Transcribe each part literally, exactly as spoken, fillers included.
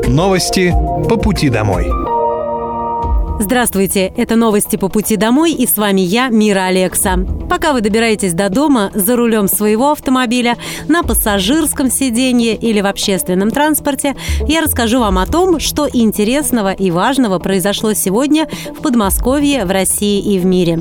Новости по пути домой. Здравствуйте, это новости по пути домой, и с вами я, Мира Алекса. Пока вы добираетесь до дома за рулем своего автомобиля, на пассажирском сиденье или в общественном транспорте, я расскажу вам о том, что интересного и важного произошло сегодня в Подмосковье, в России и в мире.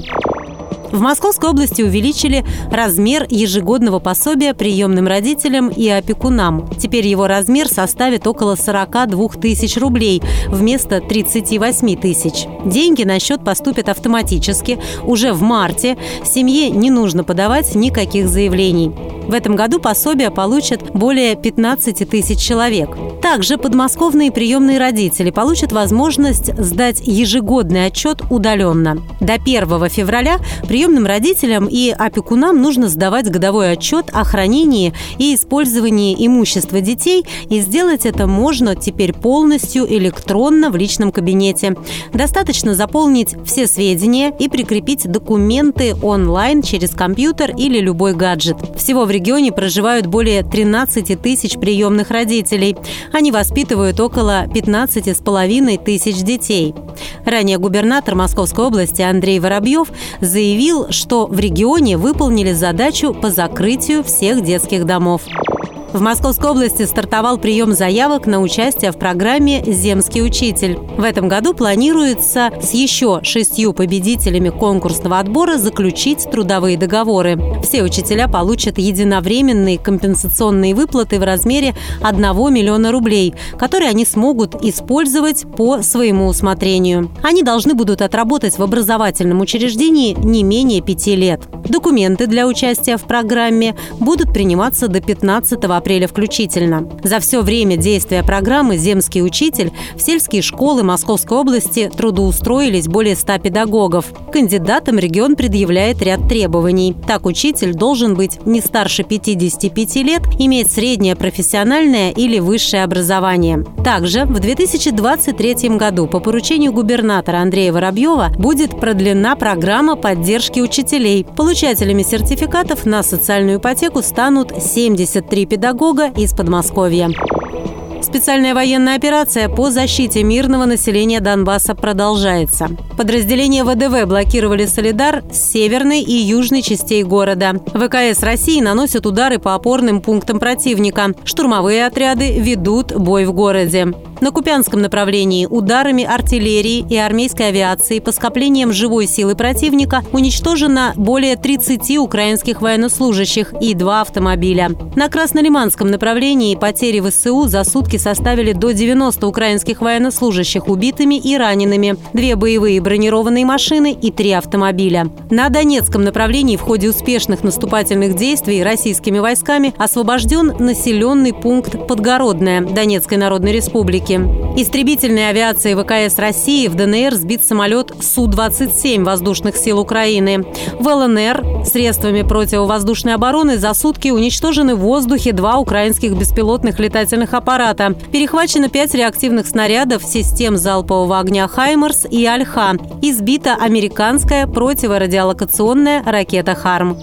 В Московской области увеличили размер ежегодного пособия приемным родителям и опекунам. Теперь его размер составит около сорок два тысяч рублей вместо тридцати восьми тысяч. Деньги на счет поступят автоматически. Уже в марте семье не нужно подавать никаких заявлений. В этом году пособие получат более пятнадцати тысяч человек. Также подмосковные приемные родители получат возможность сдать ежегодный отчет удаленно. До первого февраля приемным родителям и опекунам нужно сдавать годовой отчет о хранении и использовании имущества детей, и сделать это можно теперь полностью электронно в личном кабинете. Достаточно заполнить все сведения и прикрепить документы онлайн через компьютер или любой гаджет. Всего в регионе проживают более тринадцати тысяч приемных родителей. Они воспитывают около пятнадцати с половиной тысяч детей. Ранее губернатор Московской области Андрей Воробьев заявил, что в регионе выполнили задачу по закрытию всех детских домов. В Московской области стартовал прием заявок на участие в программе «Земский учитель». В этом году планируется с еще шестью победителями конкурсного отбора заключить трудовые договоры. Все учителя получат единовременные компенсационные выплаты в размере одного миллиона рублей, которые они смогут использовать по своему усмотрению. Они должны будут отработать в образовательном учреждении не менее пяти лет. Документы для участия в программе будут приниматься до пятнадцатого апреля включительно. За все время действия программы «Земский учитель» в сельские школы Московской области трудоустроились более ста педагогов. Кандидатам регион предъявляет ряд требований. Так, учитель должен быть не старше пятидесяти пяти лет, иметь среднее профессиональное или высшее образование. Также в две тысячи двадцать третьем году по поручению губернатора Андрея Воробьева будет продлена программа поддержки учителей. Получателями сертификатов на социальную ипотеку станут семьдесят три педагога из Подмосковья. Специальная военная операция по защите мирного населения Донбасса продолжается. Подразделения ВДВ блокировали Солидар с северной и южной частей города. ВКС России наносят удары по опорным пунктам противника. Штурмовые отряды ведут бой в городе. На Купянском направлении ударами артиллерии и армейской авиации по скоплениям живой силы противника уничтожено более тридцати украинских военнослужащих и два автомобиля. На Краснолиманском направлении потери ВСУ за сутки составили до девяноста украинских военнослужащих убитыми и ранеными, две боевые бронированные машины и три автомобиля. На Донецком направлении в ходе успешных наступательных действий российскими войсками освобожден населенный пункт Подгородное Донецкой Народной Республики. Истребительной авиацией ВКС России в ДНР сбит самолет Су двадцать семь воздушных сил Украины. В ЛНР средствами противовоздушной обороны за сутки уничтожены в воздухе два украинских беспилотных летательных аппарата. Перехвачено пять реактивных снарядов систем залпового огня «Хаймарс» и «Альха». И сбита американская противорадиолокационная ракета «Харм».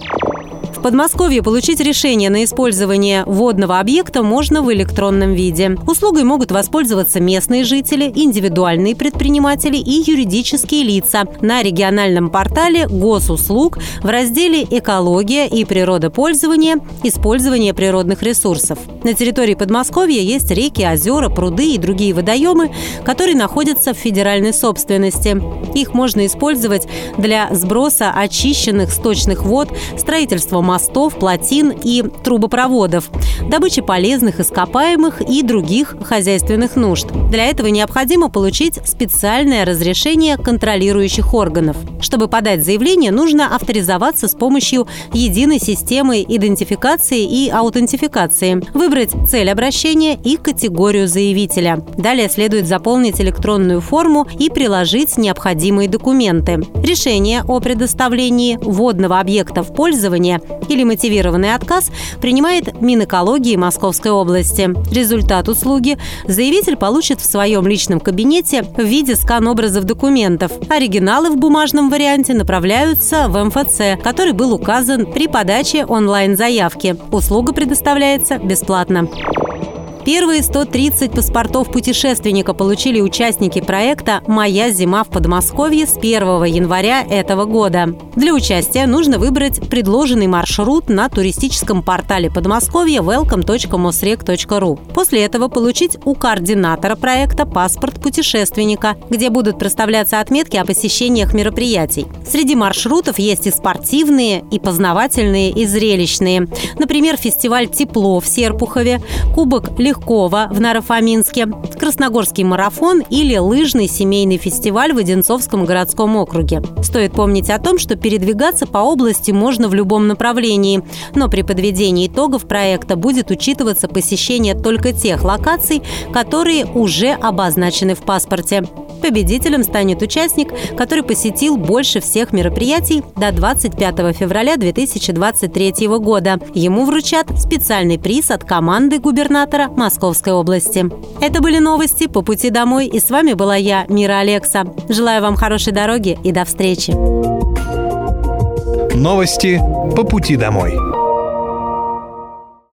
В Подмосковье получить решение на использование водного объекта можно в электронном виде. Услугой могут воспользоваться местные жители, индивидуальные предприниматели и юридические лица на региональном портале госуслуг в разделе «Экология и природопользование. Использование природных ресурсов». На территории Подмосковья есть реки, озера, пруды и другие водоемы, которые находятся в федеральной собственности. Их можно использовать для сброса очищенных сточных вод, строительства мостов, плотин и трубопроводов, добычи полезных ископаемых и других хозяйственных нужд. Для этого необходимо получить специальное разрешение контролирующих органов. Чтобы подать заявление, нужно авторизоваться с помощью единой системы идентификации и аутентификации, выбрать цель обращения и категорию заявителя. Далее следует заполнить электронную форму и приложить необходимые документы. Решение о предоставлении водного объекта в пользование или мотивированный отказ принимает Минэкологии Московской области. Результат услуги заявитель получит в своем личном кабинете в виде скан-образов документов. Оригиналы в бумажном варианте направляются в эм эф цэ, который был указан при подаче онлайн-заявки. Услуга предоставляется бесплатно. Первые сто тридцать паспортов путешественника получили участники проекта «Моя зима в Подмосковье» с первого января этого года. Для участия нужно выбрать предложенный маршрут на туристическом портале Подмосковья welcome точка mosrec точка ру. После этого получить у координатора проекта паспорт путешественника, где будут проставляться отметки о посещениях мероприятий. Среди маршрутов есть и спортивные, и познавательные, и зрелищные. Например, фестиваль «Тепло» в Серпухове, Кубок Легкова в Наро-Фоминске, Красногорский марафон или лыжный семейный фестиваль в Одинцовском городском округе. Стоит помнить о том, что передвигаться по области можно в любом направлении, но при подведении итогов проекта будет учитываться посещение только тех локаций, которые уже обозначены в паспорте. Победителем станет участник, который посетил больше всех мероприятий до двадцать пятого февраля две тысячи двадцать третьего года. Ему вручат специальный приз от команды губернатора Московской области. Это были новости по пути домой, и с вами была я, Мира Алекса. Желаю вам хорошей дороги и до встречи. Новости по пути домой.